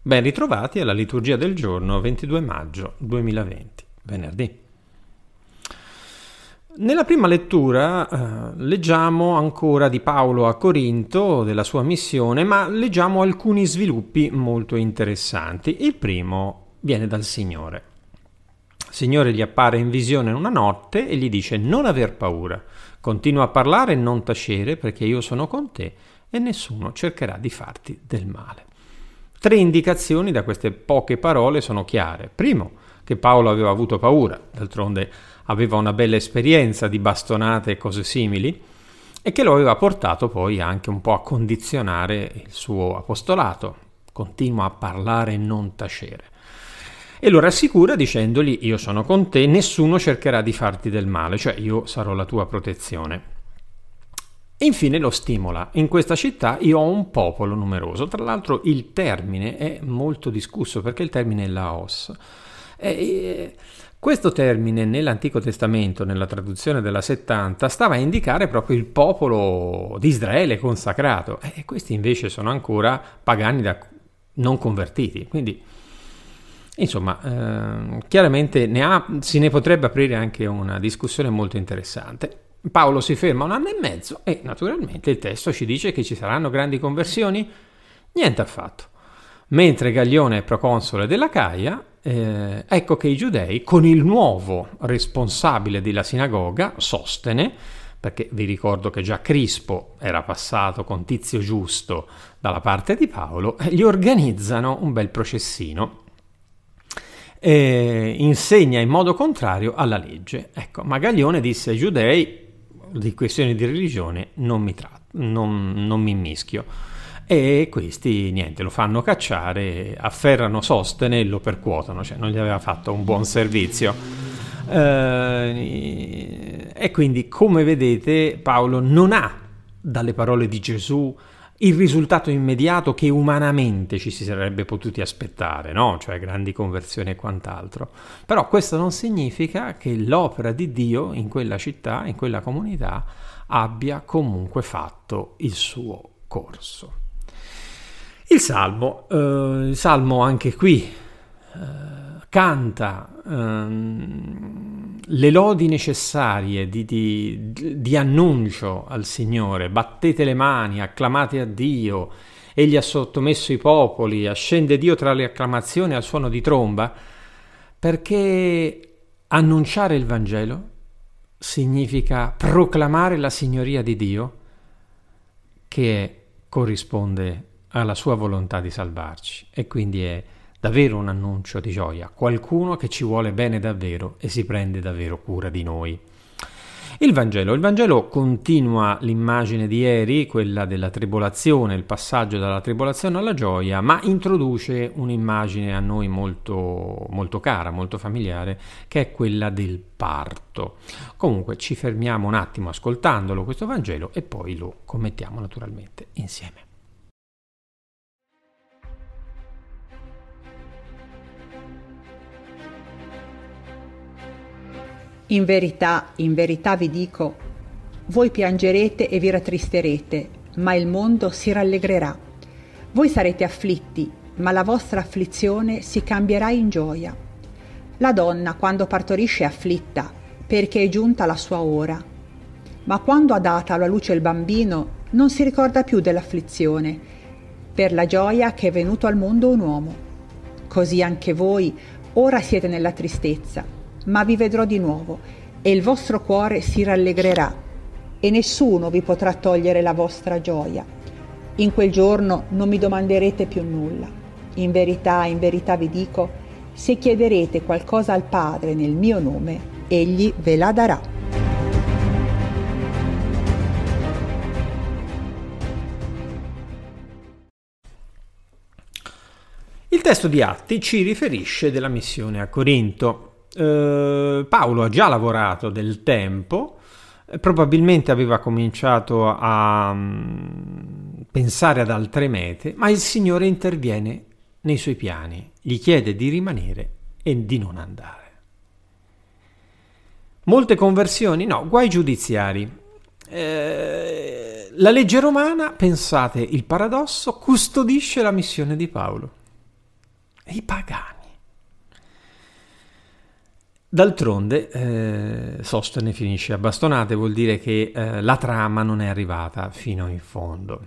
Ben ritrovati alla liturgia del giorno 22 maggio 2020, venerdì. Nella prima lettura leggiamo ancora di Paolo a Corinto, della sua missione, ma leggiamo alcuni sviluppi molto interessanti. Il primo viene dal Signore. Il Signore gli appare in visione una notte e gli dice: non aver paura, continua a parlare e non tacere, perché io sono con te e nessuno cercherà di farti del male. 3 indicazioni da queste poche parole sono chiare. Primo, che Paolo aveva avuto paura, d'altronde aveva una bella esperienza di bastonate e cose simili, e che lo aveva portato poi anche un po' a condizionare il suo apostolato. Continua a parlare e non tacere. E lo rassicura dicendogli: io sono con te, nessuno cercherà di farti del male, cioè io sarò la tua protezione. E infine lo stimola: in questa città io ho un popolo numeroso. Tra l'altro il termine è molto discusso, perché il termine è laos. Questo termine nell'Antico Testamento, nella traduzione della 70, stava a indicare proprio il popolo di Israele consacrato, e questi invece sono ancora pagani non convertiti. Quindi, insomma, chiaramente se ne potrebbe aprire anche una discussione molto interessante. Paolo si ferma 1 anno e mezzo e naturalmente il testo ci dice che ci saranno grandi conversioni? Niente affatto. Mentre Gaglione è proconsole dell'Acaia, ecco che i giudei, con il nuovo responsabile della sinagoga, Sostene, perché vi ricordo che già Crispo era passato con Tizio Giusto dalla parte di Paolo, gli organizzano un bel processino. Insegna in modo contrario alla legge. Ecco, ma Gaglione disse ai giudei: di questioni di religione non mi immischio. E questi niente, lo fanno cacciare, afferrano Sostene e lo percuotono, cioè non gli aveva fatto un buon servizio. E quindi, come vedete, Paolo non ha dalle parole di Gesù il risultato immediato che umanamente ci si sarebbe potuti aspettare, no? Cioè grandi conversioni e quant'altro. Però questo non significa che l'opera di Dio in quella città, in quella comunità, abbia comunque fatto il suo corso. Il Salmo anche qui canta le lodi necessarie di annuncio al Signore. Battete le mani, acclamate a Dio, egli ha sottomesso i popoli, ascende Dio tra le acclamazioni al suono di tromba, perché annunciare il Vangelo significa proclamare la signoria di Dio, che corrisponde alla sua volontà di salvarci, e quindi è davvero un annuncio di gioia, qualcuno che ci vuole bene davvero e si prende davvero cura di noi. Il Vangelo continua l'immagine di ieri, quella della tribolazione, il passaggio dalla tribolazione alla gioia, ma introduce un'immagine a noi molto, molto cara, molto familiare, che è quella del parto. Comunque ci fermiamo un attimo ascoltandolo questo Vangelo e poi lo commentiamo naturalmente insieme. In verità vi dico, voi piangerete e vi rattristerete, ma il mondo si rallegrerà. Voi sarete afflitti, ma la vostra afflizione si cambierà in gioia. La donna, quando partorisce, è afflitta, perché è giunta la sua ora. Ma quando ha dato alla luce il bambino, non si ricorda più dell'afflizione, per la gioia che è venuto al mondo un uomo. Così anche voi ora siete nella tristezza, ma vi vedrò di nuovo, e il vostro cuore si rallegrerà, e nessuno vi potrà togliere la vostra gioia. In quel giorno non mi domanderete più nulla. In verità vi dico, se chiederete qualcosa al Padre nel mio nome, egli ve la darà. Il testo di Atti ci riferisce della missione a Corinto. Paolo ha già lavorato del tempo, probabilmente aveva cominciato a pensare ad altre mete, ma il Signore interviene nei suoi piani, gli chiede di rimanere e di non andare. Molte conversioni? No, guai giudiziari. La legge romana, pensate il paradosso, custodisce la missione di Paolo. i pagani. D'altronde Sostene finisce a bastonate, vuol dire che la trama non è arrivata fino in fondo.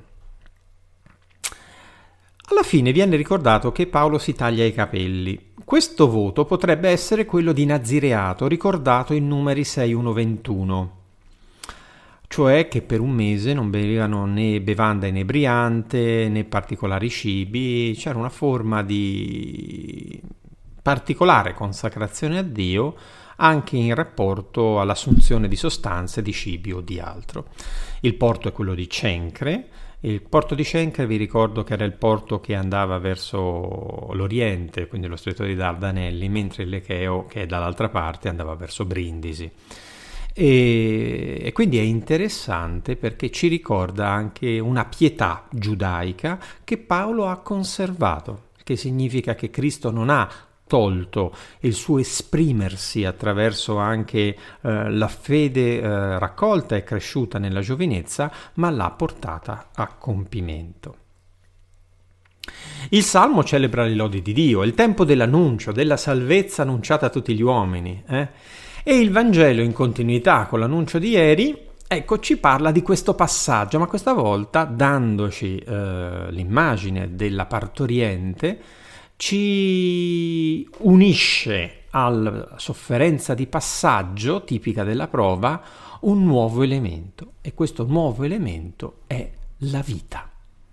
Alla fine viene ricordato che Paolo si taglia i capelli. Questo voto potrebbe essere quello di Nazireato, ricordato in Numeri 6:1-21, cioè che per un mese non bevevano né bevanda inebriante né particolari cibi. C'era una forma di particolare consacrazione a Dio anche in rapporto all'assunzione di sostanze, di cibi o di altro. Il porto è quello di Cencre. Il porto di Cencre vi ricordo che era il porto che andava verso l'Oriente, quindi lo stretto di Dardanelli, mentre il Lecheo, che è dall'altra parte, andava verso Brindisi. E quindi è interessante perché ci ricorda anche una pietà giudaica che Paolo ha conservato, che significa che Cristo non ha tolto il suo esprimersi attraverso anche la fede raccolta e cresciuta nella giovinezza, ma l'ha portata a compimento. Il Salmo celebra le lodi di Dio, è il tempo dell'annuncio, della salvezza annunciata a tutti gli uomini. E il Vangelo, in continuità con l'annuncio di ieri, ecco, ci parla di questo passaggio, ma questa volta dandoci l'immagine della partoriente, ci unisce alla sofferenza di passaggio tipica della prova un nuovo elemento, e questo nuovo elemento è la vita.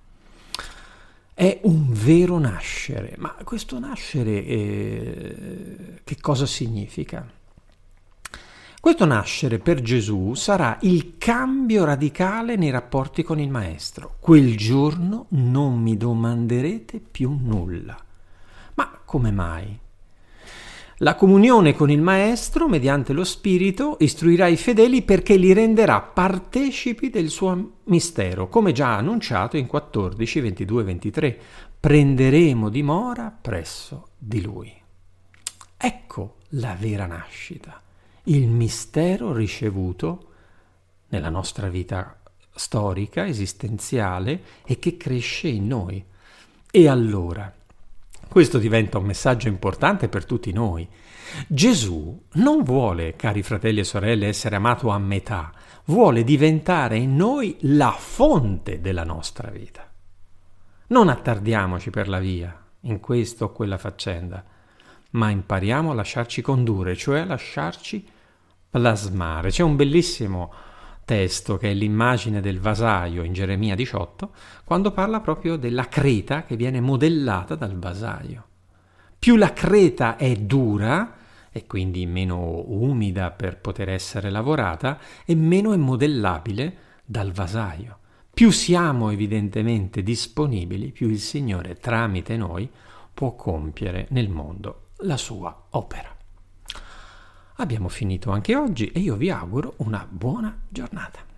È un vero nascere, ma questo nascere che cosa significa? Questo nascere per Gesù sarà il cambio radicale nei rapporti con il Maestro. Quel giorno non mi domanderete più nulla. Ma come mai? La comunione con il Maestro, mediante lo Spirito, istruirà i fedeli perché li renderà partecipi del suo mistero, come già annunciato in 14, 22 e 23. Prenderemo dimora presso di Lui. Ecco la vera nascita, il mistero ricevuto nella nostra vita storica, esistenziale, e che cresce in noi. E allora, questo diventa un messaggio importante per tutti noi. Gesù non vuole, cari fratelli e sorelle, essere amato a metà, vuole diventare in noi la fonte della nostra vita. Non attardiamoci per la via, in questa o quella faccenda, ma impariamo a lasciarci condurre, cioè a lasciarci plasmare. C'è un bellissimo testo che è l'immagine del vasaio in Geremia 18, quando parla proprio della creta che viene modellata dal vasaio. Più la creta è dura e quindi meno umida per poter essere lavorata, e meno è modellabile dal vasaio. Più siamo evidentemente disponibili, più il Signore tramite noi può compiere nel mondo la sua opera. Abbiamo finito anche oggi e io vi auguro una buona giornata.